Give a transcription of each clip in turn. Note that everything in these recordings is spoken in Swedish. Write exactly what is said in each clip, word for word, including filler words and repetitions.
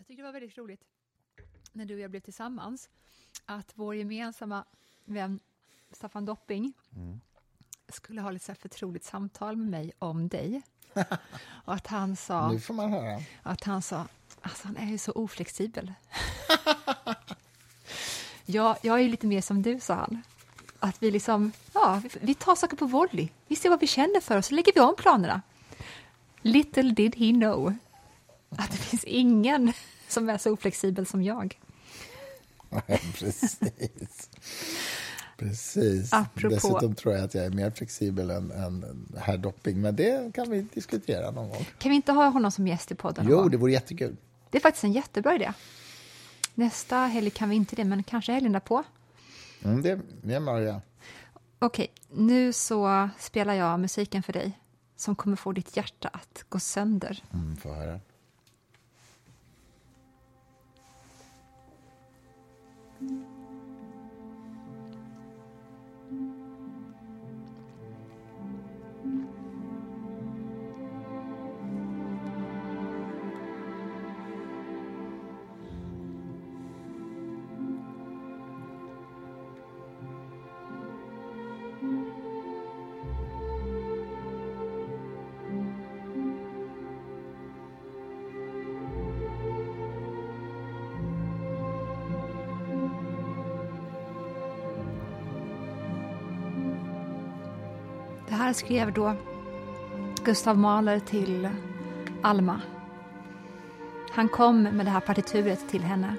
tycker det var väldigt roligt när du och jag blev tillsammans att vår gemensamma vän Staffan Dopping mm. skulle ha lite så här förtroligt samtal med mig om dig. Och att han sa... Nu får man höra. Att han sa, alltså han är ju så oflexibel. ja, jag är ju lite mer som du, sa han. Att vi liksom, ja, vi, vi tar saker på volley. Vi ser vad vi känner för och så lägger vi om planerna. Little did he know att det finns ingen som är så oflexibel som jag. Precis. Precis. Apropå... Dessutom tror jag att jag är mer flexibel än, än herr Dopping. Men det kan vi diskutera någon gång. Kan vi inte ha honom som gäst i podden? Jo, det vore jättekul. Det är faktiskt en jättebra idé. Nästa helg kan vi inte det, men kanske helgen därpå. Mm, det, det är Maria. Okej, nu så spelar jag musiken för dig som kommer få ditt hjärta att gå sönder. Mm, får höra. Det här skrev då Gustav Mahler till Alma. Han kom med det här partituret till henne.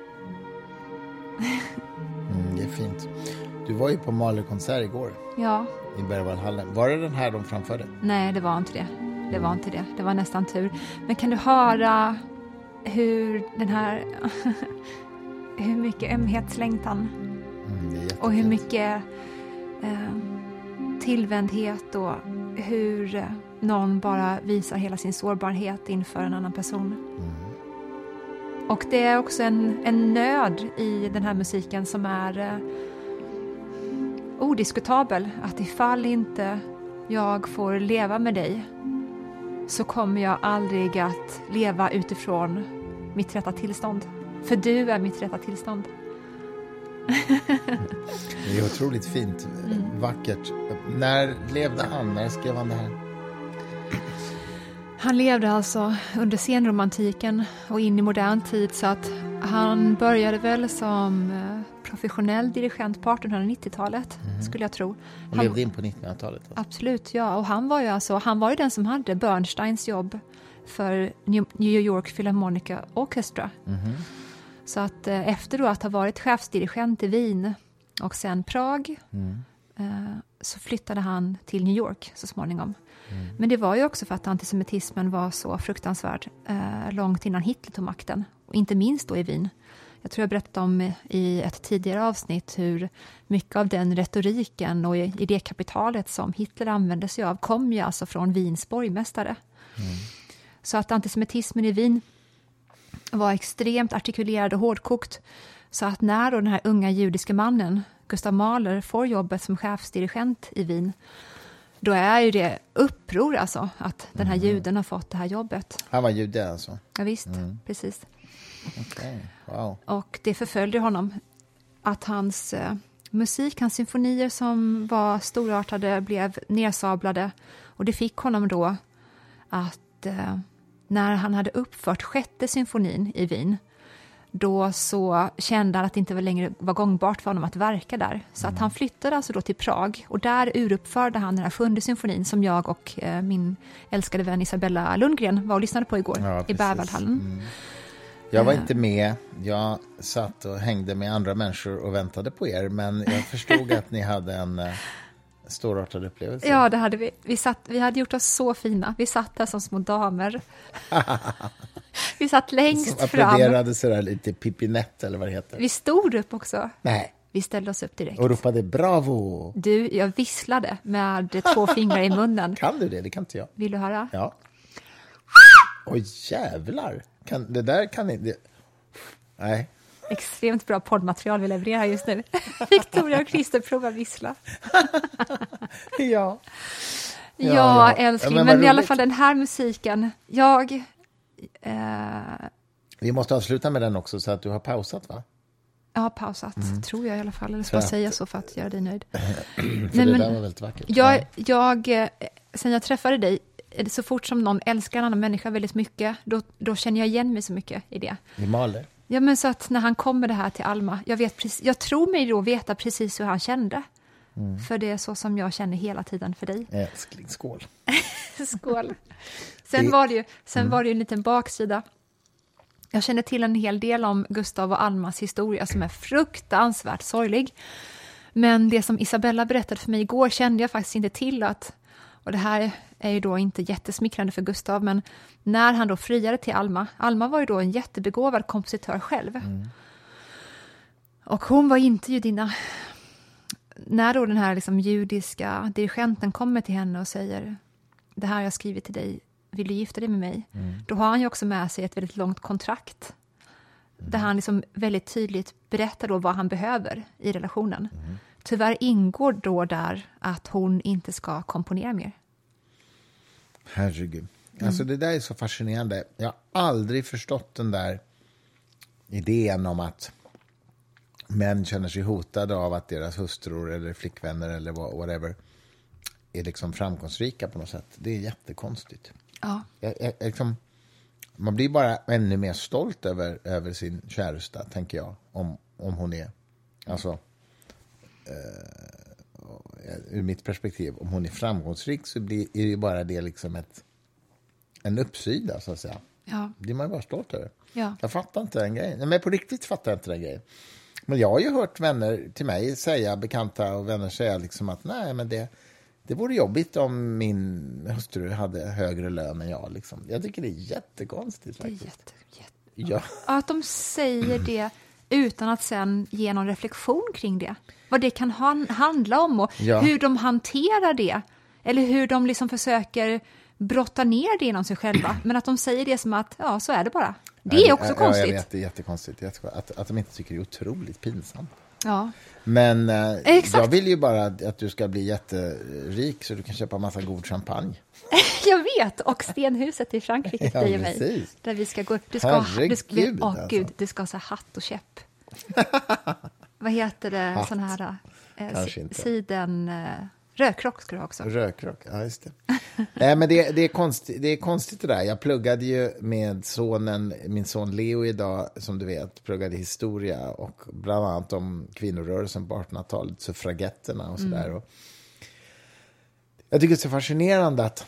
Mm, det är fint. Du var ju på Mahler-konsert igår. Ja. I Berwaldhallen. Var det den här de framförde? Nej, det var inte det. Det var inte det. Det var nästan tur. Men kan du höra hur den här... hur mycket ömhetslängtan. Mm, och hur mycket... Eh, tillvändhet och hur någon bara visar hela sin sårbarhet inför en annan person. Mm. Och det är också en, en nöd i den här musiken som är eh, odiskutabel. Att ifall inte jag får leva med dig så kommer jag aldrig att leva utifrån mitt rätta tillstånd. För du är mitt rätta tillstånd. Det är otroligt fint, mm. vackert. När levde han? När skrev han det här? Han levde alltså under senromantiken och in i modern tid, så att han började väl som professionell dirigent på artonhundranittiotalet, mm. skulle jag tro. Han levde in på nittonhundratalet? Alltså. Absolut, ja. Och han var ju alltså, han var ju den som hade Bernsteins jobb för New York Philharmonic Orchestra. Mm. Så att eh, efter då att ha varit chefsdirigent i Wien och sen Prag mm. eh, så flyttade han till New York så småningom. Mm. Men det var ju också för att antisemitismen var så fruktansvärd eh, långt innan Hitler tog makten. Och inte minst då i Wien. Jag tror jag berättade om i ett tidigare avsnitt hur mycket av den retoriken och idékapitalet som Hitler använde sig av kom ju alltså från Wiens borgmästare. Mm. Så att antisemitismen i Wien var extremt artikulerad och hårdkokt. Så att när då den här unga judiska mannen, Gustav Mahler, får jobbet som chefsdirigent i Wien, då är ju det uppror alltså att den här mm. juden har fått det här jobbet. Han var jude alltså? Ja visst, mm. precis. Okay. Wow. Och det förföljde honom att hans eh, musik, hans symfonier som var storartade blev nedsablade. Och det fick honom då att... Eh, när han hade uppfört sjätte symfonin i Wien, då så kände han att det inte var längre var gångbart för honom att verka där. Så mm. att han flyttade alltså då till Prag och där uruppförde han den här sjunde symfonin som jag och eh, min älskade vän Isabella Lundgren var och lyssnade på igår ja, i Berwaldhallen. Mm. Jag var inte med, jag satt och hängde med andra människor och väntade på er, men jag förstod att ni hade en... storartad upplevelse. Ja, det hade vi. Vi, satt, vi hade gjort oss så fina. Vi satt där som små damer. Vi satt längst som fram. Applåderade sådär lite Pippinett eller vad det heter. Vi stod upp också. Nej. Vi ställde oss upp direkt. Och ropade bravo. Du, jag visslade med två fingrar i munnen. Kan du det? Det kan inte jag. Vill du höra? Ja. Oj, jävlar. Kan, det där kan inte... Nej. Extremt bra poddmaterial vi levererar just nu. Victoria och Christer provar vissla. ja. Ja, ja älskling. Ja, men men i alla fall den här musiken. Jag... Eh, Vi måste avsluta med den också så att du har pausat, va? Jag har pausat, mm. tror jag i alla fall. Eller ska För jag att- säga så för att göra dig nöjd? För Nej, det men där var väldigt vackert. Jag, jag, eh, sen jag träffade dig, är det så fort som någon älskar en annan människa väldigt mycket, då, då känner jag igen mig så mycket i det. Vi maler. Ja, men så att när han kommer det här till Alma, jag, vet precis, jag tror mig då veta precis hur han kände. Mm. För det är så som jag känner hela tiden för dig. Älskling, skål. Skål. Sen, Det- var det ju, sen Mm. var det ju en liten baksida. Jag känner till en hel del om Gustav och Almas historia som är fruktansvärt sorglig. Men det som Isabella berättade för mig igår kände jag faktiskt inte till att, och det här är ju då inte jättesmickrande för Gustav, men när han då friade till Alma, Alma var ju då en jättebegåvad kompositör själv. Mm. Och hon var inte judinna. När då den här liksom judiska dirigenten kommer till henne och säger, det här har jag skrivit till dig, vill du gifta dig med mig? Mm. Då har han ju också med sig ett väldigt långt kontrakt. Mm. Där han liksom väldigt tydligt berättar då vad han behöver i relationen. Mm. Tyvärr ingår då där att hon inte ska komponera mer. Herregud. Mm. Alltså det där är så fascinerande. Jag har aldrig förstått den där idén om att män känner sig hotade av att deras hustrur eller flickvänner eller whatever är liksom framgångsrika på något sätt. Det är jättekonstigt. Ja. Jag, jag, liksom, man blir bara ännu mer stolt över, över sin käresta, tänker jag, om, om hon är, alltså eh, ur mitt perspektiv, om hon är framgångsrik så blir, är ju bara det liksom ett, en uppsida, så att säga. Ja. Det är man ju bara stolt över. Ja. Jag fattar inte den grejen. Nej, men på riktigt fattar jag inte den grejen. Men jag har ju hört vänner till mig säga, bekanta och vänner säga liksom att nej, men det, det vore jobbigt om min hustru hade högre lön än jag. Liksom. Jag tycker det är jättekonstigt Det är faktiskt. jätte, jätte... Ja. Att de säger det utan att sen ge någon reflektion kring det. Vad det kan han, handla om och Ja. hur de hanterar det. Eller hur de liksom försöker brotta ner det inom sig själva. Men att de säger det som att, ja, så är det bara. Det är också ja, konstigt. Ja, jag vet, det är jättekonstigt. Att, att de inte tycker det är otroligt pinsamt. Ja. Men eh, Exakt. jag vill ju bara att du ska bli jätterik så du kan köpa massa god champagne. Jag vet, och Stenhuset i Frankrike, Ja, dig och mig. precis. Där vi ska gå. Du ska, Herregud, du ska, åh, alltså. gud, du ska ha så här hatt och käpp. Vad heter det? Hatt. Sån här eh, Kanske si- inte. siden... Eh, rökrock ska du ha också. Rökrock, ja just det. Nej, men det, det, är konstigt, det är konstigt det där. Jag pluggade ju med sonen, min son Leo idag, som du vet, pluggade historia och bland annat om kvinnorörelsen på artonhundratalet, suffragetterna och sådär. Mm. Jag tycker det är så fascinerande att,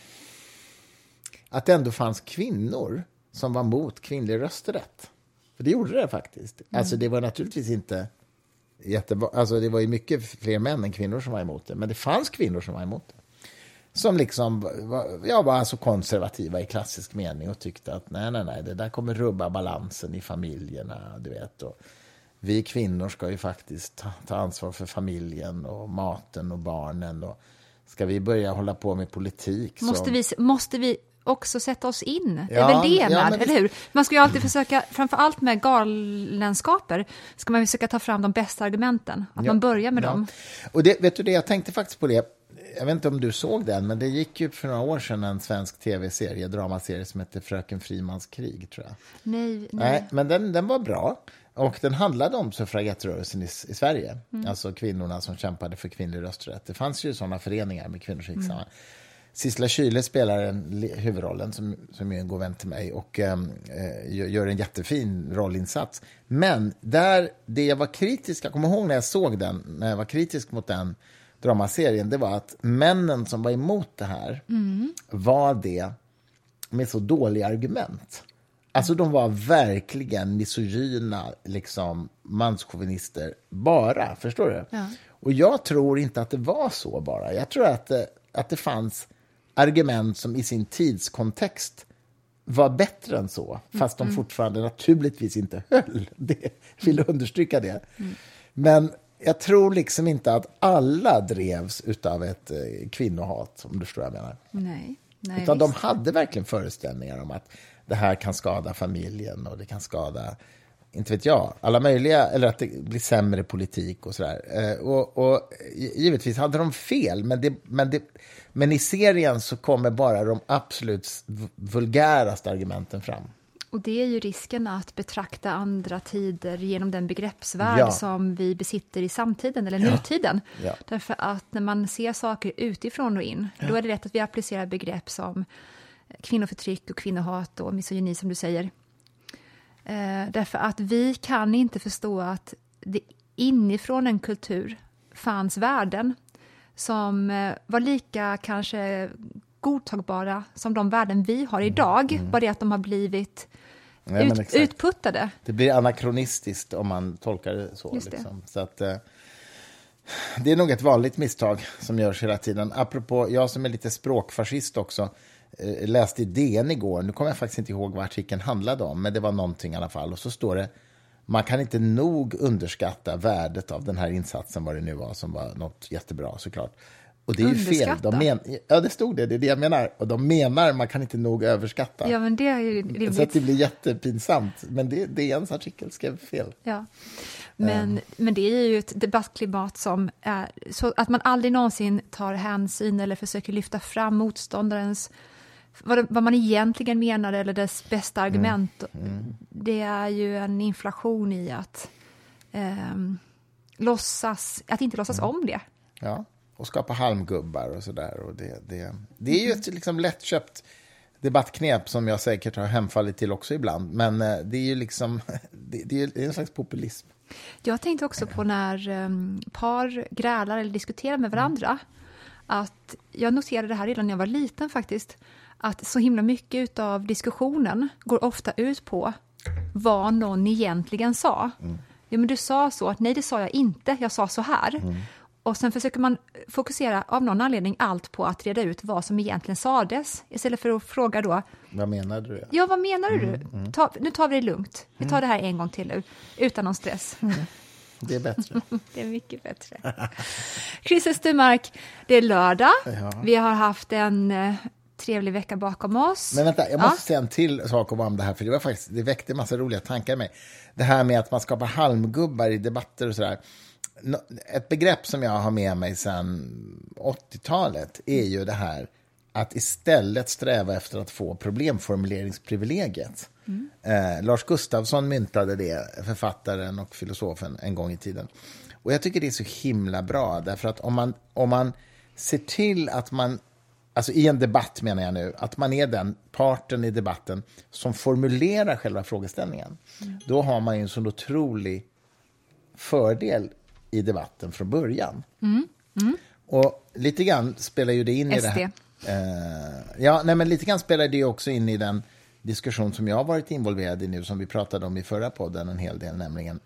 att det ändå fanns kvinnor som var mot kvinnlig rösträtt. För det gjorde det faktiskt. Mm. Alltså det var naturligtvis inte... Jättebra. Alltså det var ju mycket fler män än kvinnor som var emot det. Men det fanns kvinnor som var emot det. Som liksom var, ja, var alltså konservativa i klassisk mening och tyckte att nej, nej, nej, det där kommer rubba balansen i familjerna, du vet. Och vi kvinnor ska ju faktiskt ta, ta ansvar för familjen och maten och barnen. Och ska vi börja hålla på med politik? Måste, så... vi, måste vi också sätta oss in? Det Ja, är väl det, ja, med, men eller det- hur? Man ska ju alltid försöka, framförallt med galenskaper, ska man försöka ta fram de bästa argumenten. Att Ja, man börjar med ja. dem. Och det, vet du det, jag tänkte faktiskt på det. Jag vet inte om du såg den, men det gick ju för några år sedan en svensk tv-serie, dramaserie som heter Fröken Frimans krig, tror jag. Nej, nej. Nej, men den, den var bra. Och den handlade om suffragettrörelsen i, i Sverige. Mm. Alltså kvinnorna som kämpade för kvinnlig rösträtt. Det fanns ju sådana föreningar med kvinnor som gick Mm. samman. Sissela Kyle spelar en, huvudrollen som, som är en god vän till mig och eh, gör en jättefin rollinsats. Men där det jag var kritisk, jag kommer ihåg när jag såg den, när jag var kritisk mot den dramaserien, det var att männen som var emot det här Mm. var det med så dåliga argument. Alltså de var verkligen misogyna, liksom manschauvinister bara, förstår du? Ja. Och jag tror inte att det var så bara. Jag tror att det, att det fanns argument som i sin tidskontext var bättre än så, fast de fortfarande naturligtvis inte höll. Det, vill understryka det. Mm. Men jag tror liksom inte att alla drevs utav ett eh, kvinnohat, om du förstår vad jag menar. Nej, nej, Utan de visst. hade verkligen föreställningar om att det här kan skada familjen och det kan skada, inte vet jag, alla möjliga, eller att det blir sämre politik och sådär. Eh, och, och givetvis hade de fel, men, det, men, det, men i serien så kommer bara de absolut vulgäraste argumenten fram. Och det är ju risken att betrakta andra tider genom den begreppsvärld Ja. som vi besitter i samtiden eller Ja. nutiden. Ja. Därför att när man ser saker utifrån och in, ja. då är det lätt att vi applicerar begrepp som kvinnoförtryck och kvinnohat och misogyni som du säger. Eh, därför att vi kan inte förstå att det inifrån en kultur fanns värden som eh, var lika kanske godtagbara som de värden vi har idag, mm. bara det att de har blivit ja, ut, utputtade. Det blir anakronistiskt om man tolkar det så. Just det. Liksom. Så att, eh, det är nog ett vanligt misstag som görs hela tiden. Apropå, jag som är lite språkfascist också, eh, läste i D N igår, nu kommer jag faktiskt inte ihåg vad artikeln handlade om, men det var någonting i alla fall. Och så står det, man kan inte nog underskatta värdet av den här insatsen, vad det nu var, som var något jättebra såklart. Och det är ju fel. De men, ja, det stod det, det är det jag menar. Och de menar, man kan inte nog överskatta. Ja, men det är ju rimligt. Så att det blir jättepinsamt. Men det, det är ens artikel skrev fel. Ja, men, um. men det är ju ett debattklimat som är så att man aldrig någonsin tar hänsyn eller försöker lyfta fram motståndarens, vad, vad man egentligen menar eller dess bästa argument. Mm. Mm. Det är ju en inflation i att um, låtsas, att inte låtsas mm. om det. Ja. Och skapa halmgubbar och sådär. Och det, det, det är ju ett liksom lättköpt debattknep som jag säkert har hemfallit till också ibland. Men det är ju liksom, det, det är en slags populism. Jag tänkte också på när um, par grälar eller diskuterar med varandra. Mm. Att jag noterade det här redan när jag var liten faktiskt. Att så himla mycket av diskussionen går ofta ut på vad någon egentligen sa. Mm. Ja, men du sa så. Nej, det sa jag inte. Jag sa så här. Mm. Och sen försöker man fokusera av någon anledning allt på att reda ut vad som egentligen sades. Istället för att fråga då... Vad menar du? Ja, vad menar du? Mm, mm. Ta, nu tar vi det lugnt. Vi tar mm. det här en gång till nu. Utan någon stress. Mm. Det är bättre. Det är mycket bättre. Chris Östermark, det är lördag. Ja. Vi har haft en eh, trevlig vecka bakom oss. Men vänta, jag måste ja. säga en till sak om det här. För det, var faktiskt, det väckte en massa roliga tankar i mig. Det här med att man skapar halmgubbar i debatter och sådär. Ett begrepp som jag har med mig sedan åttiotalet är ju det här att istället sträva efter att få problemformuleringsprivilegiet. Mm. Eh, Lars Gustafsson myntade det, författaren och filosofen, en gång i tiden. Och jag tycker det är så himla bra, därför att om man, om man ser till att man, alltså i en debatt menar jag nu, att man är den parten i debatten som formulerar själva frågeställningen, mm. då har man ju en sån otrolig fördel i debatten från början. Mm. Mm. Och lite grann spelar ju det in S D. I det här. Uh, ja, nej, men lite grann spelar det också in i den diskussion som jag har varit involverad i nu, som vi pratade om i förra podden en hel del, nämligen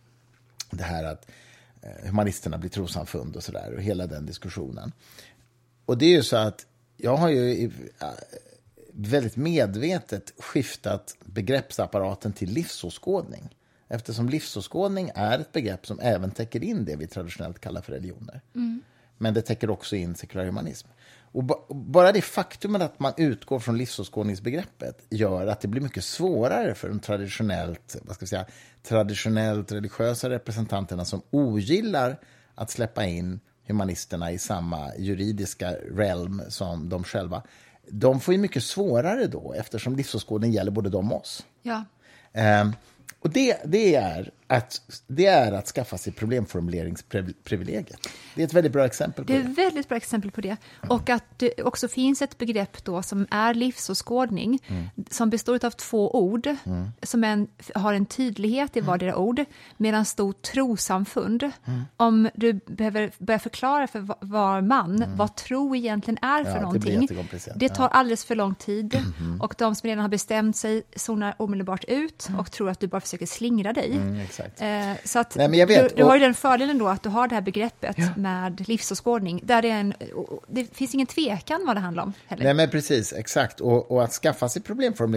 det här att uh, humanisterna blir trossamfund och sådär, och hela den diskussionen. Och det är ju så att jag har ju uh, väldigt medvetet skiftat begreppsapparaten till livsåskådning. Eftersom livsåskådning är ett begrepp som även täcker in det vi traditionellt kallar för religioner. Mm. Men det täcker också in sekulär humanism. Och b- bara det faktumet att man utgår från livsåskådningsbegreppet gör att det blir mycket svårare för de traditionellt, vad ska vi säga, traditionellt religiösa representanterna som ogillar att släppa in humanisterna i samma juridiska realm som de själva. De får ju mycket svårare då, eftersom livsåskådning gäller både dem och oss. Ja. Um, Och det, det, är att, det är att skaffa sig problemformuleringsprivilegiet. Det är ett väldigt bra exempel på det. Det är ett väldigt bra exempel på det. Och att det också finns ett begrepp då som är livsåskådning, mm. som består av två ord, mm. som en, har en tydlighet i vardera mm. ord, medan stå trossamfund. Mm. Om du behöver börja förklara för var man mm. vad tro egentligen är för ja, någonting, det, det tar ja. alldeles för lång tid. Mm. Och de som redan har bestämt sig zonar omedelbart ut mm. och tror att du bara försöker slingra dig. Mm, exakt. Eh, så att Nej, men jag vet. Du, du har ju den fördelen då att du har det här begreppet ja. med livsåskådning. Där det, är en, det finns ingen tvekan vad det handlar om heller. Nej, men precis, exakt. Och, och att skaffa sig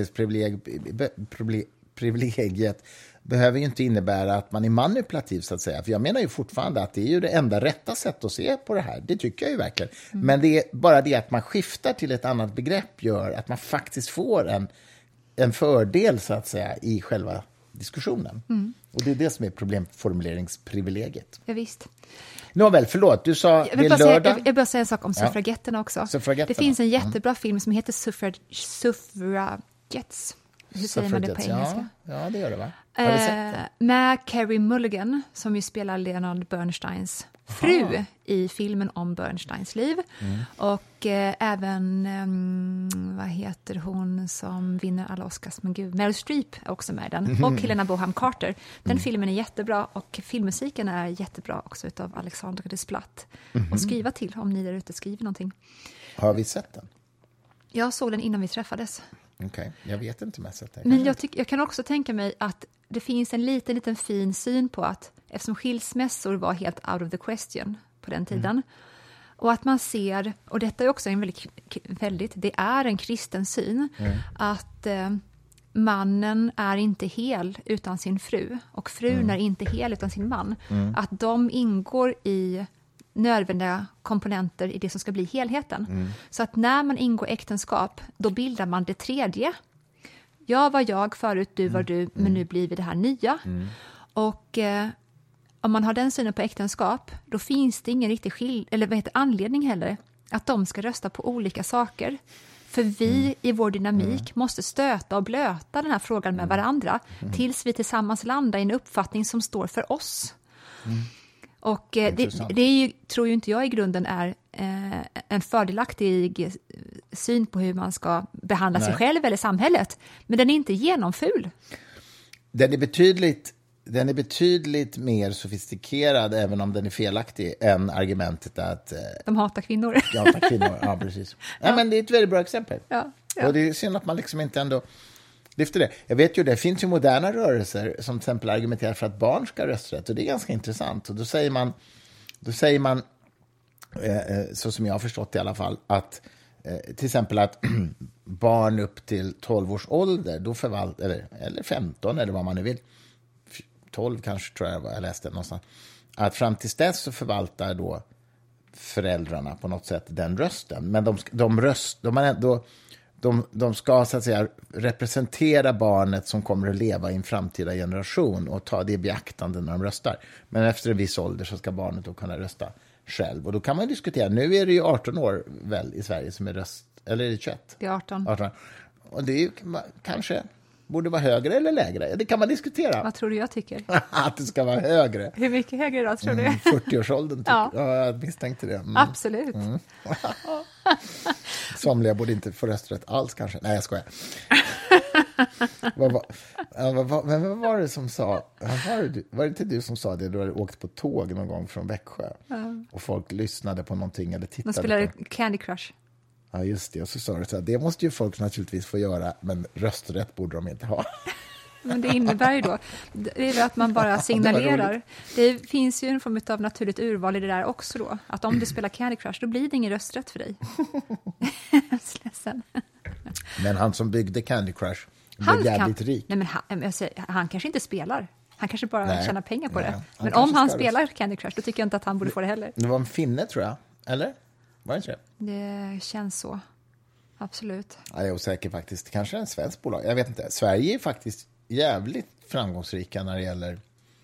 problemformuleringsprivilegiet behöver ju inte innebära att man är manipulativ, så att säga. För jag menar ju fortfarande att det är ju det enda rätta sättet att se på det här. Det tycker jag ju verkligen. Mm. Men det är bara det att man skiftar till ett annat begrepp gör att man faktiskt får en, en fördel, så att säga, i själva diskussionen. Mm. Och det är det som är problemformuleringsprivilegiet. Ja, visst. Nåväl, förlåt, du sa jag det är lördag. Säga, jag vill bara säga en sak om suffragetterna ja. också. Suffragetterna. Det finns en jättebra mm. film som heter Suffrag- Suffragettes. hur säger man det på Suffragettes, engelska? Ja, ja, det gör det va? Har du sett Eh, det? med Carey Mulligan, som ju spelar Leonard Bernsteins fru Aha. i filmen om Bernsteins liv. Mm. Och eh, även, eh, vad heter hon som vinner alla Oscars? Men gud, Meryl Streep är också med i den. Mm. Och Helena Bonham Carter. Den filmen är jättebra och filmmusiken är jättebra också utav Alexandre Desplat. Mm. Och skriva till om ni där ute skriver någonting. Har vi sett den? Jag såg den innan vi träffades. Okej, okay. Jag vet inte om jag har sett den. Men jag, tyck, jag kan också tänka mig att det finns en liten, liten fin syn på att eftersom skilsmässor var helt out of the question på den tiden. Mm. Och att man ser, och detta är också en väldigt, väldigt det är en kristen syn, mm. att eh, mannen är inte hel utan sin fru och frun mm. är inte hel utan sin man. Mm. Att de ingår i nödvändiga komponenter i det som ska bli helheten. Mm. Så att när man ingår äktenskap, då bildar man det tredje. Jag var jag, förut du var du, mm. men nu blir vi det här nya. Mm. Och eh, om man har den synen på äktenskap, då finns det ingen riktig skil- eller vad heter anledning heller att de ska rösta på olika saker. För vi mm. i vår dynamik mm. måste stöta och blöta den här frågan med varandra mm. tills vi tillsammans landar i en uppfattning som står för oss. Mm. Och eh, det, det är ju, tror ju inte jag i grunden är eh, en fördelaktig syn på hur man ska behandla Nej. sig själv eller samhället. Men den är inte genomful. Den är betydligt, den är betydligt mer sofistikerad, även om den är felaktig, än argumentet att... Eh, de hatar kvinnor. De hatar kvinnor, ja precis. Ja. Ja, men det är ett väldigt bra exempel. Ja, ja. Och det är synd att man liksom inte ändå... lyfter det. Jag vet ju, det finns ju moderna rörelser som till exempel argumenterar för att barn ska ha rösträtt, och det är ganska intressant. Och då säger man, då säger man eh, så som jag har förstått i alla fall, att eh, till exempel att barn upp till tolv års ålder, då förvalt, eller, eller femton eller vad man nu vill, tolv kanske tror jag jag läste någonstans, att fram till dess så förvaltar då föräldrarna på något sätt den rösten. Men de, de röst, de har ändå De, de ska så att säga representera barnet som kommer att leva i en framtida generation och ta det i beaktande när de röstar. Men efter en viss ålder så ska barnet då kunna rösta själv. Och då kan man diskutera, nu är det ju arton år väl i Sverige som är röst, eller är det tjugoett? Det är arton. arton. Och det är ju, kanske borde vara högre eller lägre. Det kan man diskutera. Vad tror du jag tycker? Att det ska vara högre. Hur mycket högre då, tror du? Mm, fyrtioårsåldern. Ja. Ja, jag misstänkte det. Mm. Absolut. Mm. Somliga borde inte få rösträtt alls kanske. Nej, jag skojar. vad, vad, vad, vad, men vad var det som sa... Var det, var det inte du som sa det? Du hade åkt på tåg någon gång från Växjö. Ja. Och folk lyssnade på någonting eller tittade. De spelade på. Candy Crush. Ja, just det. Och så sa du så här, det måste ju folk naturligtvis få göra, men rösträtt borde de inte ha. Men det innebär ju då, det är att man bara signalerar. Det, det finns ju en form av naturligt urval i det där också då. Att om du spelar Candy Crush, då blir det ingen rösträtt för dig. Ledsen. Men han som byggde Candy Crush blev jävligt kan, rik. Nej, men han, jag säger, han kanske inte spelar. Han kanske bara nej, tjänar pengar på nej, det. Men han om han spelar Candy Crush, då tycker jag inte att han borde få det heller. Det var en finne, tror jag. Eller? Var det inte det? Det känns så. Absolut. Ja, jag är osäker faktiskt. Kanske en svensk bolag. Jag vet inte. Sverige är faktiskt jävligt framgångsrika när det gäller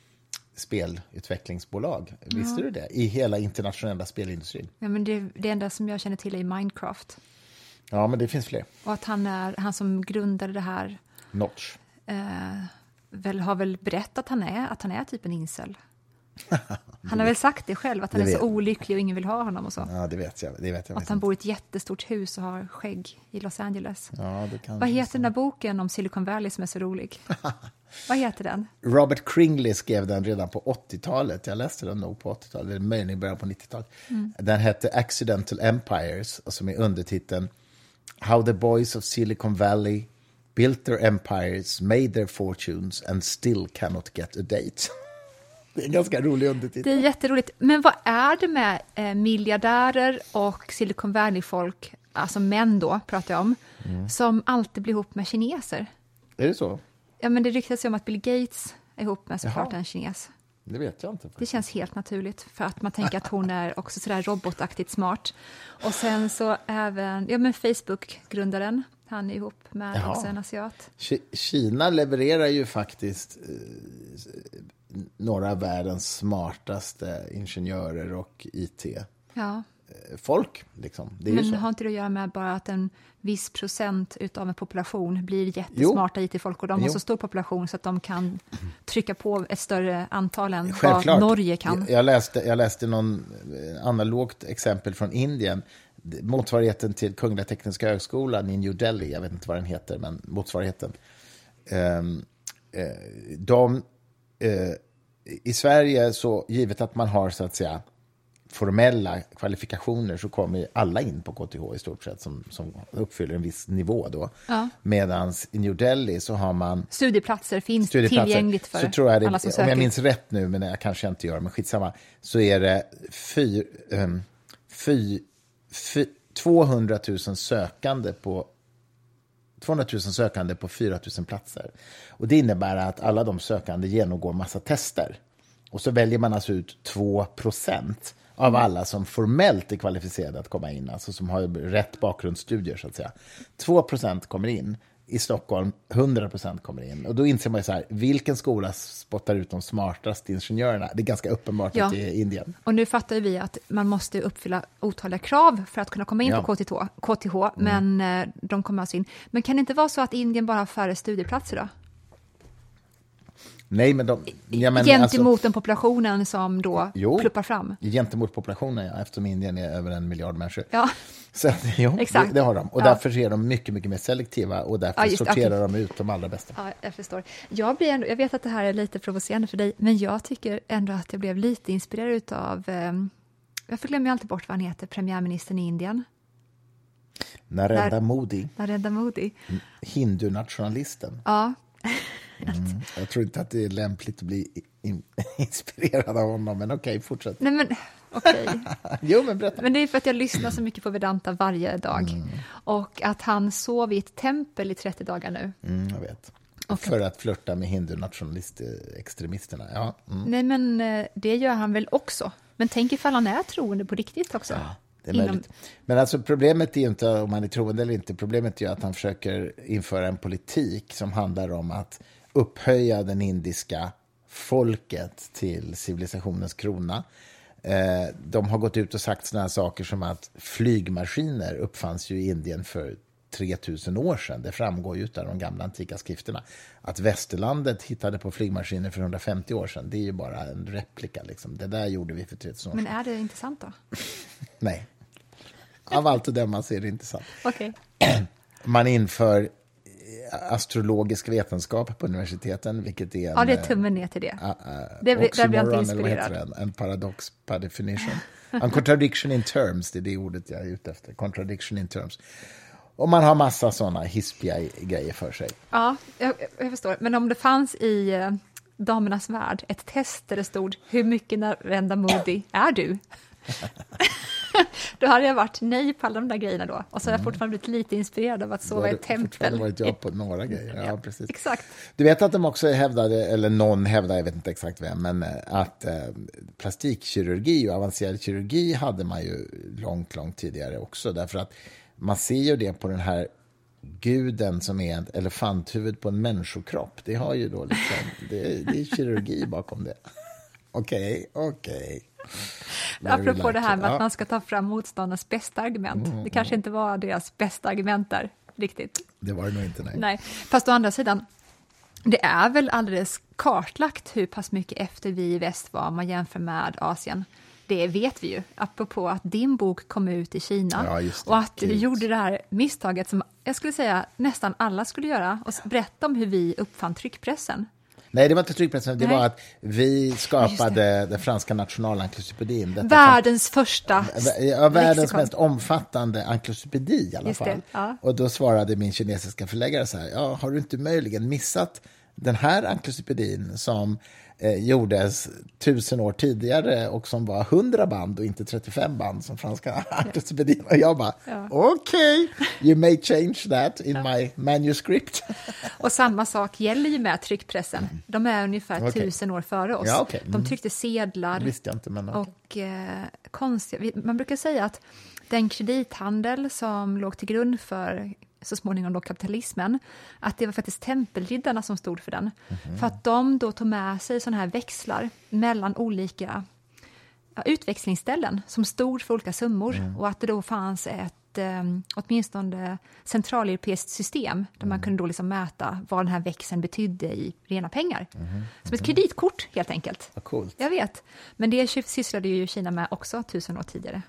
spelutvecklingsbolag. Ja. Visste du det? I hela internationella spelindustrin. Ja, men det, det enda som jag känner till är Minecraft. Ja, men det finns fler. Och att han är han som grundade det här. Notch. Eh, väl, har väl berättat att han är, att han är typ en incel. Han har väl sagt det själv, att han det är så olycklig och ingen vill ha honom och så. Ja, det vet jag. Det vet jag att han bor i ett jättestort hus och har skägg i Los Angeles. Ja, det kan Vad heter den där boken om Silicon Valley som är så rolig? Vad heter den? Robert Kringley skrev den redan på åttiotalet. Jag läste den nog på åttiotalet, eller möjligen i början på nittiotalet. Mm. Den hette Accidental Empires, som är undertiteln How the Boys of Silicon Valley built their empires, made their fortunes and still cannot get a date. Det är en ganska rolig undertitel. Det är jätteroligt. Men vad är det med eh, miljardärer och Silicon Valley-folk, alltså män då pratar jag om, mm. som alltid blir ihop med kineser? Är det så? Ja, men det ryktas ju om att Bill Gates är ihop med såklart en kines. Det vet jag inte. Faktiskt. Det känns helt naturligt för att man tänker att hon är också sådär robotaktigt smart. Och sen så även, ja men Facebook-grundaren, han är ihop med Jaha. också en asiat. Kina levererar ju faktiskt eh, några av världens smartaste ingenjörer och I T. Ja. folk. Liksom. Det är Men ju så. har inte det att göra med bara att en viss procent utav en population blir jättesmarta I T-folk och de har Jo. så stor population så att de kan trycka på ett större antal än Självklart. vad Norge kan? Jag läste, jag läste någon analogt exempel från Indien. Motsvarigheten till Kungliga Tekniska högskolan i New Delhi, jag vet inte vad den heter, men motsvarigheten. Um, uh, de, uh, I Sverige, så givet att man har så att säga formella kvalifikationer, så kommer alla in på K T H i stort sett som, som uppfyller en viss nivå då. Ja. Medan i New Delhi så har man Studieplatser finns studieplatser. tillgängligt för så tror jag det, alla som om söker. jag minns rätt nu, men jag kanske inte gör, men skitsamma, så är det fy, um, fy, fy, tvåhundratusen sökande på tvåhundratusen sökande på fyra tusen platser. Och det innebär att alla de sökande genomgår massa tester. Och så väljer man alltså ut två procent av alla som formellt är kvalificerade att komma in, alltså som har rätt bakgrundsstudier så att säga. två procent kommer in. I Stockholm hundra procent kommer in. Och då inser man ju så här, vilken skola spottar ut de smartaste ingenjörerna? Det är ganska uppenbart Ja. att det är Indien. Och nu fattar ju vi att man måste uppfylla otaliga krav för att kunna komma in Ja. på K T H, K T H men eh, de kommer alltså in. Men kan det inte vara så att Indien bara har färre studieplatser då? Nej, men de... Ja, men Gentemot alltså, den populationen som då Jo. pluppar fram. gentemot populationen, ja, eftersom Indien är över en miljard människor. Ja. Så att, jo, Exakt. det, det har de. Och Ja. därför är de mycket, mycket mer selektiva och därför Ja, just- sorterar okej. de ut de allra bästa. Ja, jag förstår. Jag, blir ändå, jag vet att det här är lite provocerande för dig, men jag tycker ändå att jag blev lite inspirerad av, eh, jag glömmer alltid bort vad han heter, premiärministern i Indien, Narendra Där- Modi, Narendra Modi. hindunationalisten. Ja, Mm. Jag tror inte att det är lämpligt att bli in, inspirerad av honom, men okej, fortsätt. nej men okej. Jo, men berätta. Men det är för att jag lyssnar så mycket på Vedanta varje dag. Mm. Och att han sov i ett tempel i trettio dagar nu. Mm, jag vet. Och- För att flirta med hindunationalist-extremisterna. Ja, mm. Nej men eh, det gör han väl också. Men tänk ifall han är troende på riktigt också. Ja, det är Inom- möjligt. Men alltså problemet är ju inte om man är troende eller inte. Problemet är ju att han försöker införa en politik som handlar om att upphöja den indiska folket till civilisationens krona. Eh, de har gått ut och sagt såna här saker som att flygmaskiner uppfanns ju i Indien för tre tusen år sedan. Det framgår ju av de gamla antika skrifterna. Att västerlandet hittade på flygmaskiner för hundrafemtio år sedan, det är ju bara en replika. Liksom. Det där gjorde vi för tre tusen år sedan. Men är det intressant då? Nej. Av allt att döma så är det inte sant. Okej. Man inför astrologisk vetenskap på universiteten, vilket är en... Ja, det är tummen ner till det. Uh, uh, Det blir- där blir jag inte oxymoron, eller vad heter inspirerad. det? En paradox by definition. En contradiction in terms, det är det ordet jag är ute efter. Contradiction in terms. Och man har massa sådana hispiga grejer för sig. Ja, jag, jag förstår. Men om det fanns i eh, Damernas värld ett test där det stod hur mycket Narendra Modi är du? Då hade jag varit nej på alla de där grejerna då. Och så har jag fortfarande blivit lite inspirerad av att Då sova har i du ett tempel. fortfarande varit jag på några grejer. Ja, precis. Exakt. Du vet att de också hävdade, eller någon hävdade, jag vet inte exakt vem, men eh, att eh, plastikkirurgi och avancerad kirurgi hade man ju långt, långt tidigare också. Därför att man ser ju det på den här guden som är ett elefanthuvud på en människokropp. Det har ju då liksom, det, det är kirurgi bakom det. Okej, okej. Apropå det här med Ja. att man ska ta fram motståndarnas bästa argument. Det kanske inte var deras bästa argument där, riktigt. Det var det nog inte, nej. Nej, fast å andra sidan, det är väl alldeles kartlagt hur pass mycket efter vi i väst var om man jämför med Asien. Det vet vi ju, apropå att din bok kom ut i Kina Ja, just det. och att du Gud. gjorde det här misstaget som jag skulle säga nästan alla skulle göra och berätta om hur vi uppfann tryckpressen. Nej, det var inte tryckpressen. Det Nej. var att vi Just skapade den franska nationalencyklopedin. Detta Världens första Ja, världens lexikon. mest omfattande encyklopedi i alla Just det, fall. ja. Och då svarade min kinesiska förläggare så här, ja, har du inte möjligen missat den här encyklopedin som eh, gjordes tusen år tidigare och som var hundra band och inte trettiofem band som franska encyklopedin. Och jag bara, Ja. okej, okay, you may change that in my manuscript. Och samma sak gäller ju med tryckpressen. De är ungefär Okej. tusen år före oss. Ja, okej. Mm. De tryckte sedlar Det visste jag inte, men okej. och eh, konstiga... vi- Man brukar säga att den kredithandel som låg till grund för så småningom då kapitalismen, att det var faktiskt tempelriddarna som stod för den. Mhm. För att de då tog med sig sådana här växlar mellan olika ja, utväxlingsställen som stod för olika summor. Mm. Och att det då fanns ett eh, åtminstone centraleuropeiskt system där mm. man kunde då liksom mäta vad den här växeln betydde i rena pengar. Mm. Som ett kreditkort helt enkelt. Vad coolt. Jag vet. Men det sysslade ju Kina med också tusen år tidigare.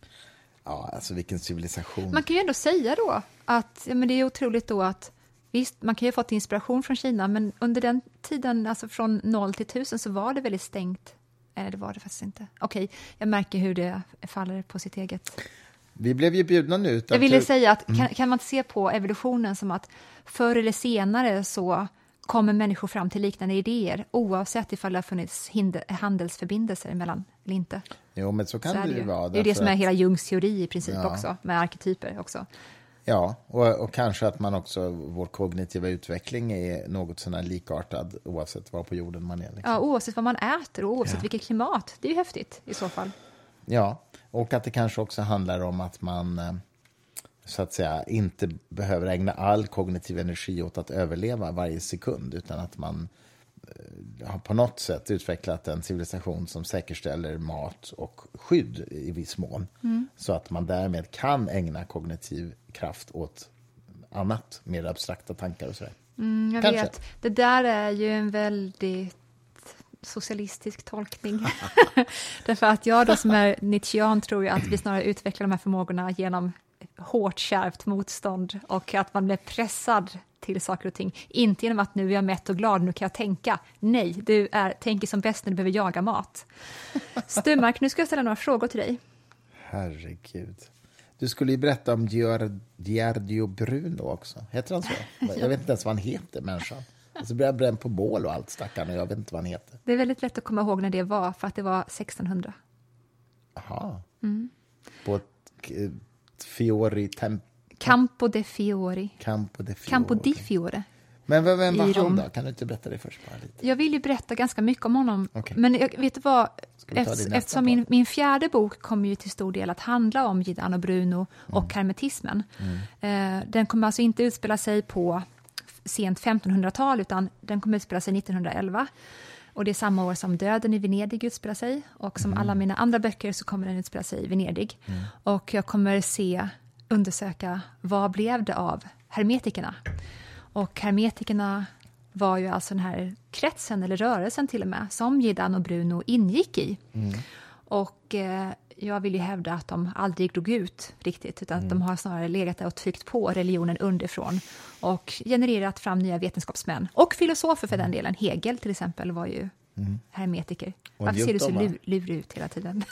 Ja, alltså vilken civilisation. Man kan ju ändå säga då att ja, men det är otroligt då att visst, man kan ju ha fått inspiration från Kina, men under den tiden, alltså från noll till tusen, så var det väldigt stängt. Nej, det var det faktiskt inte. Okej, jag märker hur det faller på sitt eget. Vi blev ju bjudna nu. Jag ville tur... säga att kan, kan man inte se på evolutionen som att förr eller senare så kommer människor fram till liknande idéer, oavsett ifall det har funnits hinder, handelsförbindelser emellan eller inte. Jo, men så kan så det ju vara. Det är det som är att... hela Jungs teori i princip ja. också, med arketyper också. Ja, och, och kanske att man också, vår kognitiva utveckling är något sån här likartad oavsett var på jorden man är. Liksom. Ja, oavsett vad man äter och oavsett ja. vilket klimat. Det är ju häftigt i så fall. Ja, och att det kanske också handlar om att man så att säga inte behöver ägna all kognitiv energi åt att överleva varje sekund, utan att man har på något sätt utvecklat en civilisation som säkerställer mat och skydd i viss mån. Mm. Så att man därmed kan ägna kognitiv kraft åt annat, mer abstrakta tankar och sådär. Mm, jag Kanske. vet. Det där är ju en väldigt socialistisk tolkning. Därför att jag då som är Nietzschean tror ju att vi snarare utvecklar de här förmågorna genom hårt kärvt motstånd och att man blir pressad till saker och ting. Inte genom att nu är jag mätt och glad, nu kan jag tänka. Nej, du är, tänker som bäst när du behöver jaga mat. Stummark, nu ska jag ställa några frågor till dig. Herregud. Du skulle ju berätta om Giardio Bruno också. Heter han så? Jag vet inte ens vad han heter, människan. Och så blir jag bränd på bål och allt, stackarn, och jag vet inte vad han heter. Det är väldigt lätt att komma ihåg när det var, för att det var sextonhundra. Jaha. Mm. På ett Fiori temp Campo de Fiori. Campo de Fiori. Campo di Fiore. Men vem var han då? Kan du inte berätta det först bara lite? Jag vill ju berätta ganska mycket om honom. Okay. Men jag vet du vad, efter, eftersom min, min fjärde bok kommer ju till stor del att handla om Giordano Bruno och mm. hermetismen. Mm. Eh, den kommer alltså inte utspela sig på sent femtonhundratal, utan den kommer utspela sig nittonhundraelva. Och det är samma år som Döden i Venedig utspelar sig. Och som mm. alla mina andra böcker så kommer den utspela sig i Venedig. Mm. Och jag kommer se, undersöka vad blev det av hermetikerna. Och hermetikerna var ju alltså den här kretsen eller rörelsen till och med som Giordano Bruno ingick i. Mm. Och eh, jag vill ju hävda att de aldrig drog ut riktigt, utan mm. att de har snarare legat där och tryckt på religionen underifrån och genererat fram nya vetenskapsmän. Och filosofer för den delen. Hegel till exempel var ju mm. hermetiker. Varför ser du så lur, lurig ut hela tiden?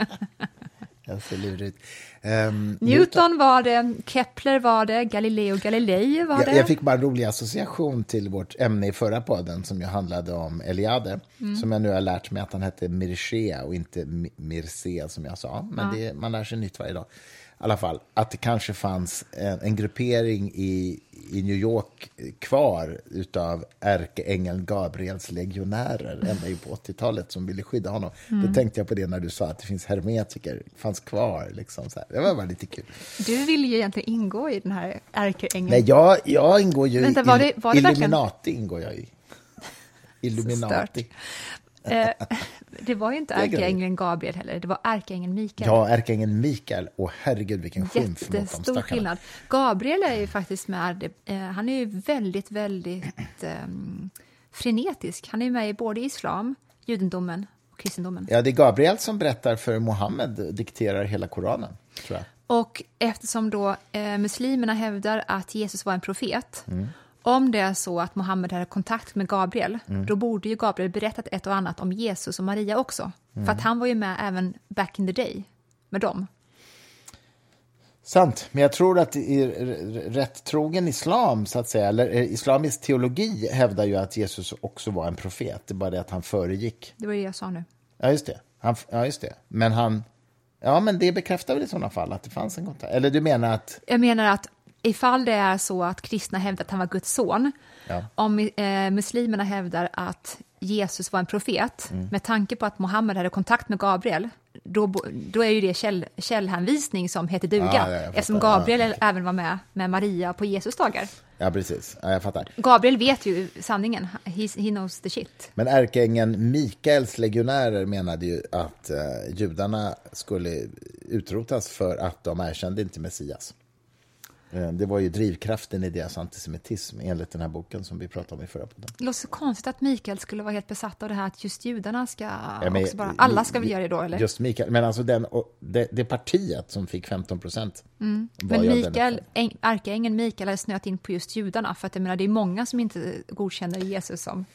Jag ser lurig ut. Um, Newton, Newton var det, Kepler var det, Galileo Galilei var jag, det. Jag fick bara en rolig association till vårt ämne i förra podden som ju handlade om Eliade. Mm. Som jag nu har lärt mig att han hette Mircea och inte Mircea som jag sa. Men ja. det, man lär sig nytt varje dag. I alla fall, att det kanske fanns en, en gruppering i, i New York kvar utav ärkeängeln Gabriels legionärer mm. ända på åttiotalet som ville skydda honom. Mm. Då tänkte jag på det när du sa att det finns hermetiker, fanns kvar. Liksom, så här. Det var bara lite kul. Du vill ju egentligen ingå i den här ärkeängeln. Nej, jag, jag ingår ju Vänta, var det, var det i Illuminati verkligen? Ingår jag i. Illuminati. Eh, det var ju inte ärkeängeln Gabriel heller, det var ärkeängeln Mikael. Ja, ärkeängeln Mikael, och herregud vilken skymf mot de Jättestor skillnad. Gabriel är ju faktiskt med, eh, han är ju väldigt, väldigt eh, frenetisk. Han är ju med i både islam, judendomen och kristendomen. Ja, det är Gabriel som berättar för Mohammed, dikterar hela Koranen, tror jag. Och eftersom då eh, muslimerna hävdar att Jesus var en profet, mm. om det är så att Mohammed hade kontakt med Gabriel, mm. då borde ju Gabriel berättat ett och annat om Jesus och Maria också. Mm. För att han var ju med även back in the day med dem. Sant, men jag tror att i rätt trogen islam, så att säga, eller islamisk teologi hävdar ju att Jesus också var en profet. Det är bara det att han föregick. Det var det jag sa nu. Ja, just det. Han, ja, just det. Men han... Ja, men det bekräftar väl i sådana fall att det fanns en kontakt. Eller du menar att... Jag menar att ifall det är så att kristna hävdar att han var Guds son, ja. om eh, muslimerna hävdar att Jesus var en profet, Mm. med tanke på att Mohammed hade kontakt med Gabriel, då, då är ju det käll, källhänvisning som heter duga, Ja, ja, jag fattar. eftersom Gabriel Ja, okej. även var med med Maria på Jesus dagar. Ja, precis. Ja, jag fattar. Gabriel vet ju sanningen, he, he knows the shit. Men ärkeängeln Mikaels legionärer menade ju att eh, judarna skulle utrotas för att de erkände inte Messias. Eh, det var ju drivkraften i deras antisemitism enligt den här boken som vi pratade om i förra podden. Det låter så konstigt att Mikael skulle vara helt besatt av det här att just judarna ska Ja, men, också bara, alla ska väl göra det då, eller? Just Mikael, men alltså den, och det, det partiet som fick femton procent. Mm. Men Mikael, äng, ärkeängeln Mikael har snöat in på just judarna, för att jag menar, det är många som inte godkänner Jesus som...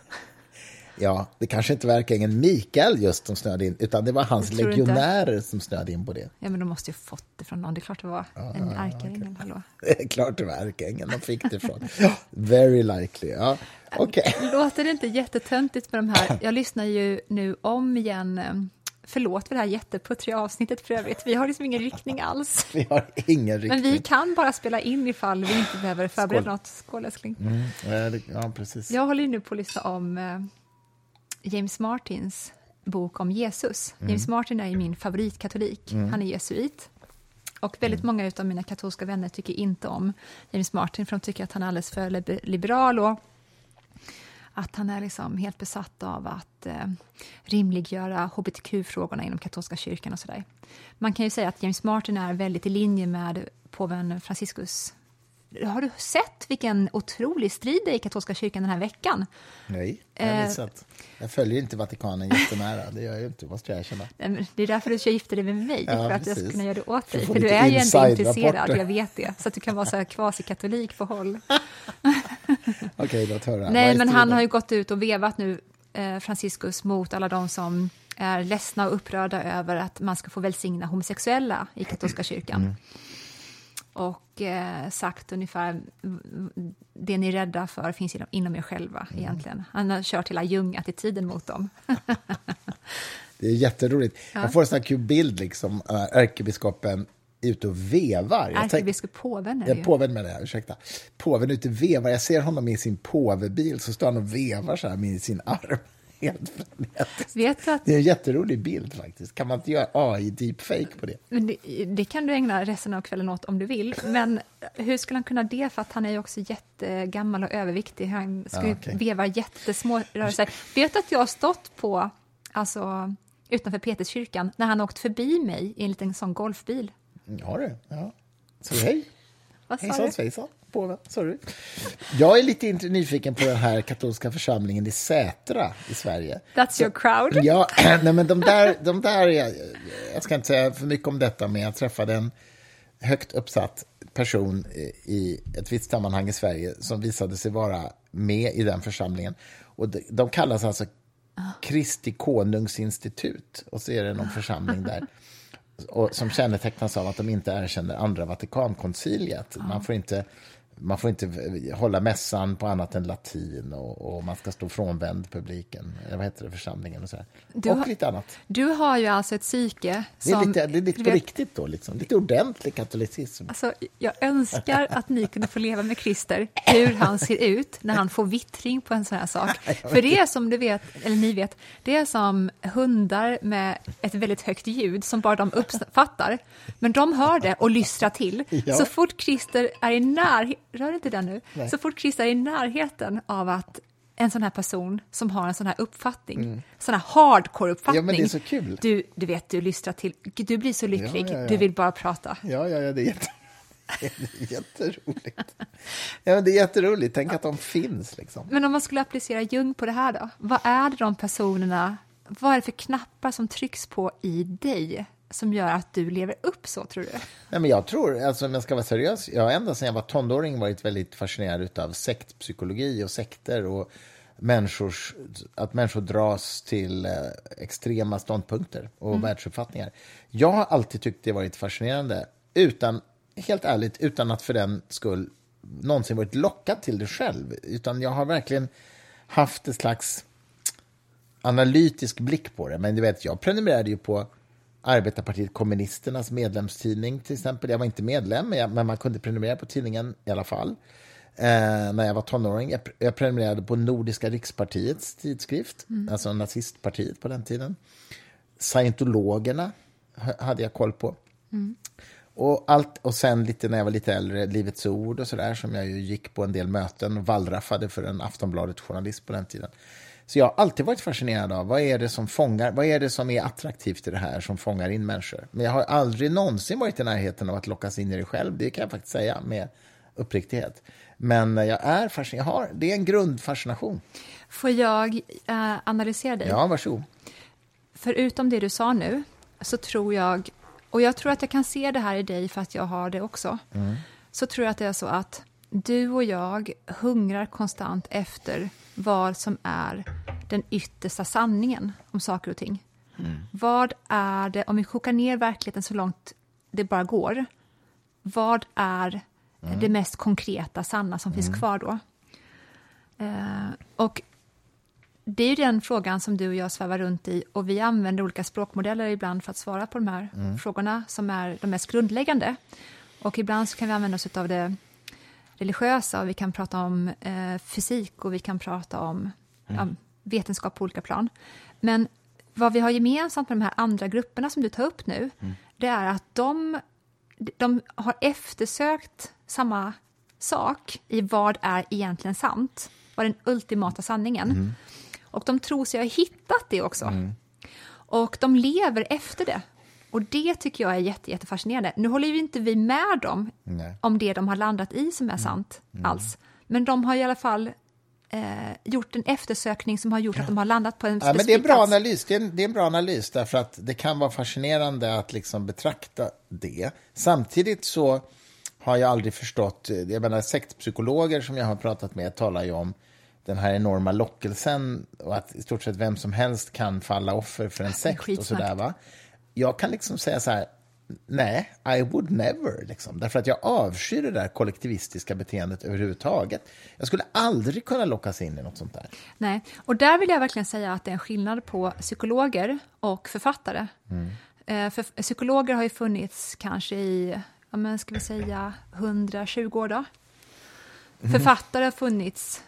Ja, det kanske inte var ärkeängeln Mikael just som snöade in, utan det var hans legionärer inte. som snöade in på det. Ja, men de måste ju fått det från någon. Det är klart det var ja, en ja, ärkeängel, okay. hallå. Det är klart det var ärkeängeln de fick det ifrån. Very likely, ja. Okej. Okay. Låter det inte jättetöntigt med de här? Jag lyssnar ju nu om igen... Förlåt för det här jätteputtriga avsnittet för övrigt. Vi har liksom ingen riktning alls. Vi har ingen riktning. Men vi kan bara spela in ifall vi inte behöver förbereda Skål. något. Skål, älskling. Mm, ja, precis. Jag håller nu på att lyssna om eh, James Martins bok om Jesus. Mm. James Martin är ju min favoritkatolik. Mm. Han är jesuit. Och väldigt mm. många av mina katolska vänner tycker inte om James Martin, för de tycker att han är alldeles för liberal och att han är liksom helt besatt av att eh, rimliggöra H B T Q-frågorna inom katolska kyrkan och sådär. Man kan ju säga att James Martin är väldigt i linje med påven Franciscus. Har du sett vilken otrolig strid det är i katolska kyrkan den här veckan? Nej, jag har missat. Jag följer inte Vatikanen jättenära, det gör jag ju inte, måste jag erkänna. Det är därför du ska gifta dig med mig, ja, för att precis. jag ska kunna göra det åt dig. För för du är ju inte intresserad, jag vet det. Så att du kan vara så här kvasi-katolik på håll. Okej, låt höra. Nej, men han har ju gått ut och vevat nu, eh, Franciscus, mot alla de som är ledsna och upprörda över att man ska få välsigna homosexuella i katolska kyrkan. Mm. Och eh, sagt ungefär, det ni är rädda för finns inom, inom er själva mm. egentligen. Han har kört hela Jung-attityden mot dem. Det är jätteroligt. Ja. Jag får en sån här kul bild, liksom, ärkebiskopen ute och vevar. Ärkebiskop påven är det ju. Ja, påven med det här, ursäkta. Påven ute och vevar. Jag ser honom i sin påvebil, så står han och vevar så här med sin arm. Helt Vet du att... Det är en jätterolig bild faktiskt. Kan man inte göra A I deepfake på det? Men det, det kan du ägna resten av kvällen åt om du vill. Men hur skulle han kunna det? För att han är ju också jättegammal och överviktig. Han ska ju ah, okay. veva jättesmå rörelser. Vet du att jag har stått på, alltså, utanför Peterskyrkan när han åkt förbi mig i en liten sån golfbil? Ja, det. Ja. Så hej. Vad sa Hejsan, du? svejsan. På, sorry. Jag är lite nyfiken på den här katolska församlingen i Sätra i Sverige. That's så, your crowd. Ja, nej, men de där, de där jag, jag ska inte säga för mycket om detta, men jag träffade en högt uppsatt person i ett visst sammanhang i Sverige som visade sig vara med i den församlingen. Och de, de kallas alltså Kristi konungsinstitut, och så är det någon församling där. Och som kännetecknas av att de inte erkänner andra Vatikankonciliet. Ja. Man får inte, man får inte hålla mässan på annat än latin, och, och man ska stå frånvänd publiken. Vad heter det, församlingen och så här. Du och har, lite annat. Du har ju alltså ett psyke som... Det är lite, det är lite på vet, riktigt då, liksom. Lite ordentlig katolicism. Alltså, jag önskar att ni kunde få leva med Christer, hur han ser ut när han får vittring på en sån här sak. För det är som du vet, eller ni vet, det är som hundar med ett väldigt högt ljud som bara de uppfattar. Men de hör det och lystrar till. Ja. Så fort Christer är i närheten, rör inte den nu, Nej. så fort Christer är i närheten av att en sån här person som har en sån här uppfattning, mm. sån här hardcore-uppfattning. Ja, men det är så kul. Du, du vet, du lystrar till, du blir så lycklig, ja, ja, ja. Du vill bara prata. Ja, ja, ja, det är, jätte... det är jätteroligt. Ja, men det är jätteroligt, tänk att de finns liksom. Men om man skulle applicera Jung på det här då, vad är det de personerna, vad är det för knappar som trycks på i dig som gör att du lever upp så, tror du? Nej, men jag tror, alltså om jag ska vara seriös, jag har ända sedan jag var tonåring varit väldigt fascinerad av sektpsykologi och sekter och människors, att människor dras till eh, extrema ståndpunkter och mm. världsuppfattningar. Jag har alltid tyckt det varit fascinerande, utan, helt ärligt, utan att för den skull någonsin varit lockad till det själv, utan jag har verkligen haft ett slags analytisk blick på det. Men du vet, jag prenumererade ju på Arbetarpartiet kommunisternas medlemstidning till exempel. Jag var inte medlem, men, jag, men man kunde prenumerera på tidningen i alla fall. eh, när jag var tonåring. Jag, jag prenumererade på Nordiska rikspartiets tidskrift, mm. alltså nazistpartiet på den tiden. Scientologerna hade jag koll på. Mm. Och, allt, och sen lite när jag var lite äldre, Livets ord och sådär, som jag ju gick på en del möten och wallraffade för en Aftonbladet-journalist på den tiden. Så jag har alltid varit fascinerad av vad är det som fångar, vad är det som är attraktivt i det här som fångar in människor. Men jag har aldrig någonsin varit i närheten av att lockas in i det själv, det kan jag faktiskt säga med uppriktighet. Men jag är fascinerad, jag har, det är en grundfascination. Får jag äh, analysera dig? Ja, varsågod. Förutom det du sa nu så tror jag, och jag tror att jag kan se det här i dig för att jag har det också, mm. så tror jag att det är så att du och jag hungrar konstant efter vad som är den yttersta sanningen om saker och ting. Mm. Vad är det, om vi kokar ner verkligheten så långt det bara går, vad är mm. det mest konkreta, sanna som mm. finns kvar då? Eh, och det är ju den frågan som du och jag svävar runt i, och vi använder olika språkmodeller ibland för att svara på de här mm. frågorna som är de mest grundläggande. Och ibland så kan vi använda oss av det religiösa, och vi kan prata om eh, fysik, och vi kan prata om mm. ja, vetenskap på olika plan. Men vad vi har gemensamt med de här andra grupperna som du tar upp nu, mm. det är att de, de har eftersökt samma sak i vad är egentligen sant, vad är den ultimata sanningen. Mm. Och de tror sig ha hittat det också. Mm. Och de lever efter det. Och det tycker jag är jätte, jättefascinerande. Nu håller ju inte vi med dem Nej. om det de har landat i som är sant mm. alls. Men de har i alla fall eh, gjort en eftersökning som har gjort att de har landat på en ja, specifik men det är en bra plats. analys. Det är en, det är en bra analys därför att det kan vara fascinerande att liksom betrakta det. Samtidigt så har jag aldrig förstått, jag menar sektpsykologer som jag har pratat med talar ju om den här enorma lockelsen och att i stort sett vem som helst kan falla offer för en sekt och sådär va. Jag kan liksom säga så här, nej, I would never liksom, därför att jag avskyr det där kollektivistiska beteendet överhuvudtaget. Jag skulle aldrig kunna lockas in i något sånt där. Nej, och där vill jag verkligen säga att det är en skillnad på psykologer och författare. Mm. Eh, för psykologer har ju funnits kanske i, ja men ska vi säga hundratjugo år då. Mm. Författare har funnits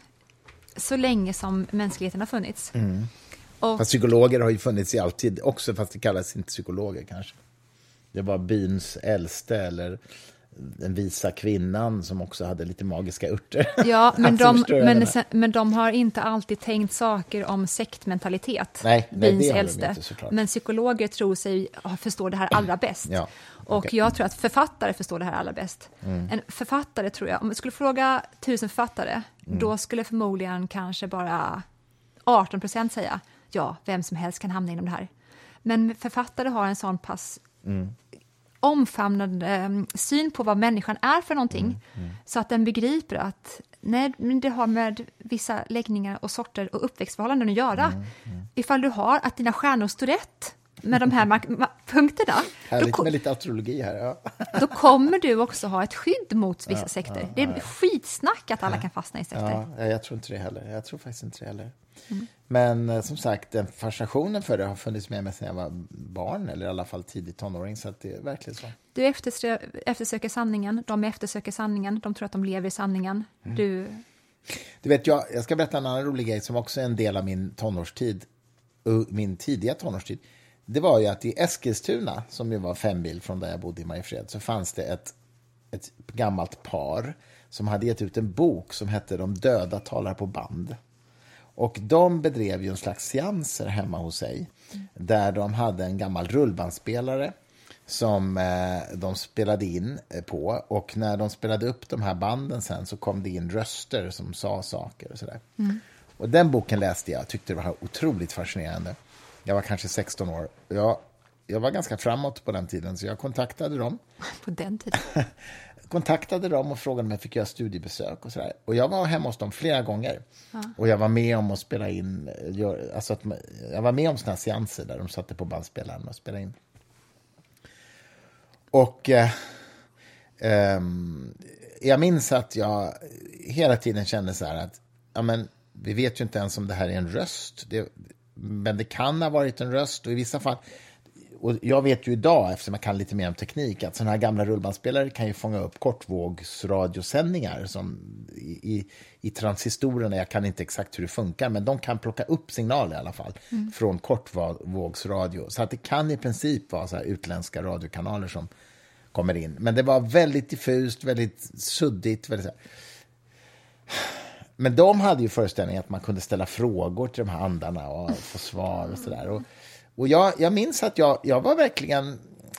så länge som mänskligheten har funnits. Mm. Och, fast psykologer har ju funnits i alltid också, fast det kallas inte psykologer kanske. Det var byns äldste eller den visa kvinnan som också hade lite magiska örter. Ja, men, de, men, sen, men de har inte alltid tänkt saker om sektmentalitet. Nej, nej byns det har äldste. de inte såklart. Men psykologer tror sig förstå det här allra bäst. Ja, okay. Och jag tror att författare förstår det här allra bäst. Mm. En författare tror jag, om jag skulle fråga tusen författare, mm. då skulle förmodligen kanske bara arton procent säga ja, vem som helst kan hamna inom det här. Men författare har en sån pass mm. omfamnande um, syn på vad människan är för någonting. Mm. Mm. Så att den begriper att nej, det har med vissa läggningar och sorter och uppväxtförhållanden att göra. Mm. Mm. Ifall du har att dina stjärnor står rätt med de här mark- ma- punkterna. Härligt med lite astrologi här. Ja. Då kommer du också ha ett skydd mot vissa ja, sekter. Ja, det är ja, skitsnack att alla kan fastna i sekter. Ja, jag tror inte det heller. Jag tror faktiskt inte det heller. Mm. Men som sagt, den fascinationen för det har funnits med mig sedan jag var barn, eller i alla fall tidigt tonåring, så att det är verkligen så. Du efterströ- eftersöker sanningen, de eftersöker sanningen, de tror att de lever i sanningen. Mm. Du... du vet, jag, jag ska berätta en annan rolig grej som också är en del av min tonårstid, min tidiga tonårstid. Det var ju att i Eskilstuna, som ju var fem mil från där jag bodde i Mariefred, så fanns det ett, ett gammalt par som hade gett ut en bok som hette De döda talar på band. Och de bedrev ju en slags seanser hemma hos sig. Mm. Där de hade en gammal rullbandspelare som eh, de spelade in på. Och när de spelade upp de här banden sen så kom det in röster som sa saker och sådär. Mm. Och den boken läste jag, tyckte det var otroligt fascinerande. Jag var kanske sexton år. Jag, jag var ganska framåt på den tiden så jag kontaktade dem. På den tiden? kontaktade dem och frågade om jag fick göra studiebesök och sådär. Och jag var hemma hos dem flera gånger. Ja. Och jag var med om att spela in, gör, alltså att, jag var med om såna här seanser där de satte på bandspelaren och spelade in. Och eh, eh, jag minns att jag hela tiden kände så här att ja, men, vi vet ju inte ens om det här är en röst. Det, men det kan ha varit en röst och i vissa fall, och jag vet ju idag, eftersom jag kan lite mer om teknik, att sådana här gamla rullbandspelare kan ju fånga upp kortvågsradiosändningar som i, i, i transistorerna. Jag kan inte exakt hur det funkar, men de kan plocka upp signaler i alla fall mm. från kortvågsradio. Så att det kan i princip vara så här utländska radiokanaler som kommer in. Men det var väldigt diffust, väldigt suddigt, väldigt så här. Men de hade ju föreställningen att man kunde ställa frågor till de här andarna och få svar och sådär. Och, och jag, jag minns att jag, jag var verkligen...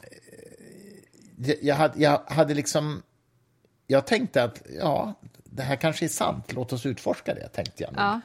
Jag hade, jag hade liksom... Jag tänkte att, ja, det här kanske är sant. Låt oss utforska det, tänkte jag. Ja.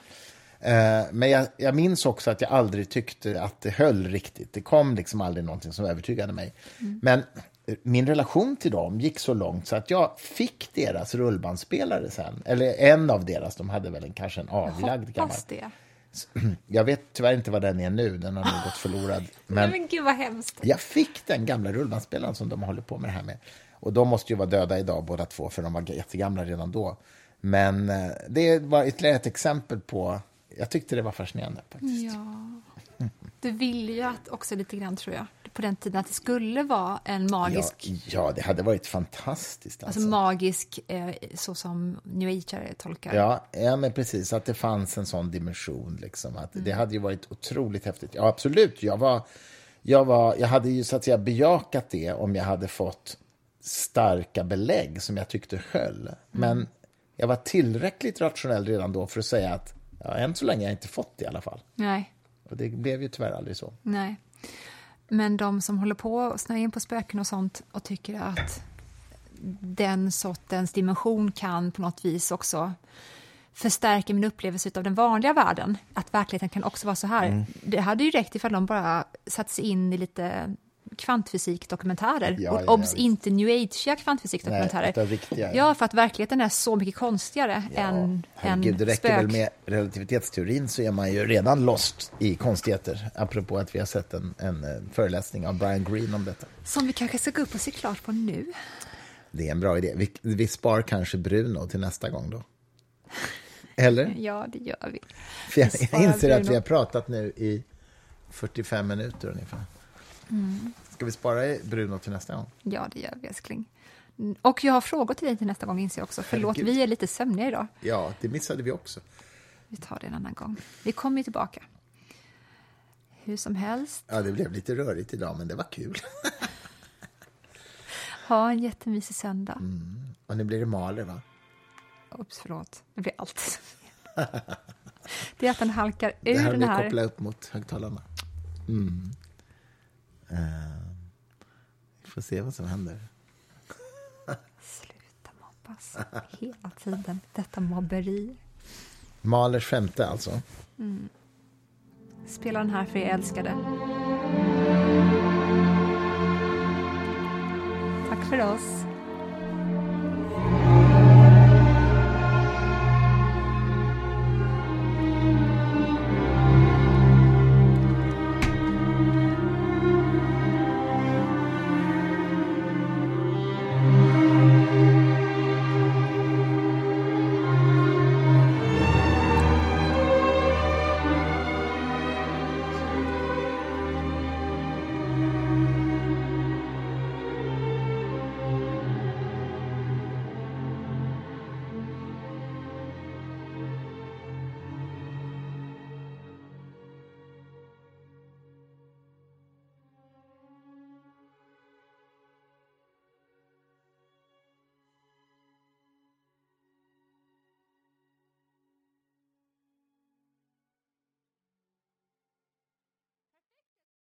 Men jag, jag minns också att jag aldrig tyckte att det höll riktigt. Det kom liksom aldrig någonting som övertygade mig. Mm. Men min relation till dem gick så långt så att jag fick deras rullbandspelare sen. Eller en av deras, de hade väl en, kanske en avlagd gammal. Det. Jag vet tyvärr inte vad den är nu, den har nog gått förlorad. Men, men gud vad hemskt. Jag fick den gamla rullbandspelaren som de håller på med det här med. Och de måste ju vara döda idag båda två, för de var jättegamla redan då. Men det var ytterligare ett exempel på, jag tyckte det var fascinerande faktiskt. Ja. Du ville ju att också lite grann, tror jag, på den tiden att det skulle vara en magisk... Ja, ja det hade varit fantastiskt. Alltså, alltså magisk, eh, så som New Age tolkar. Ja, ja, men precis. Att det fanns en sån dimension. Liksom, att mm. Det hade ju varit otroligt häftigt. Ja, absolut. Jag, var, jag, var, jag hade ju så att säga bejakat det om jag hade fått starka belägg som jag tyckte höll. Mm. Men jag var tillräckligt rationell redan då för att säga att ja, än så länge har jag inte fått det i alla fall. Nej. Och det blev ju tyvärr aldrig så. Nej. Men de som håller på och snöar in på spöken och sånt och tycker att den sortens dimension kan på något vis också förstärka min upplevelse av den vanliga världen. Att verkligheten kan också vara så här. Mm. Det hade ju räckt ifall de bara satt sig in i lite kvantfysikdokumentärer. Ja, och ja, obs, ja, inte new age kvantfysikdokumentärer. Nej, riktiga, ja, för att verkligheten är så mycket konstigare ja, än, herregud, än det räcker spök. väl med relativitetsteorin så är man ju redan lost i konstigheter. Apropå att vi har sett en, en föreläsning av Brian Greene om detta. Som vi kanske ska gå upp och se klart på nu. Det är en bra idé. Vi, vi spar kanske Bruno till nästa gång då. Eller? Ja, det gör vi. För jag, vi jag inser Bruno. att vi har pratat nu i fyrtiofem minuter ungefär. Mm. Ska vi spara Bruno till nästa gång? Ja, det gör vi, älskling. Och jag har frågor till dig till nästa gång, inser jag också. Förlåt, herregud. Vi är lite sömniga idag. Ja, det missade vi också. Vi tar det en annan gång. Vi kommer ju tillbaka. Hur som helst. Ja, det blev lite rörigt idag, men det var kul. Ha en jättemysig söndag. Mm. Och nu blir det Maler, va? Oops, förlåt. Det blir alltid det är att den halkar ur det här den här... Det här koppla upp mot högtalarna. Mm. Uh, vi får se vad som händer. Sluta mobbas hela tiden. Detta mobberi. Malers femte alltså. Mm. Spela den här för er älskade. Tack för oss.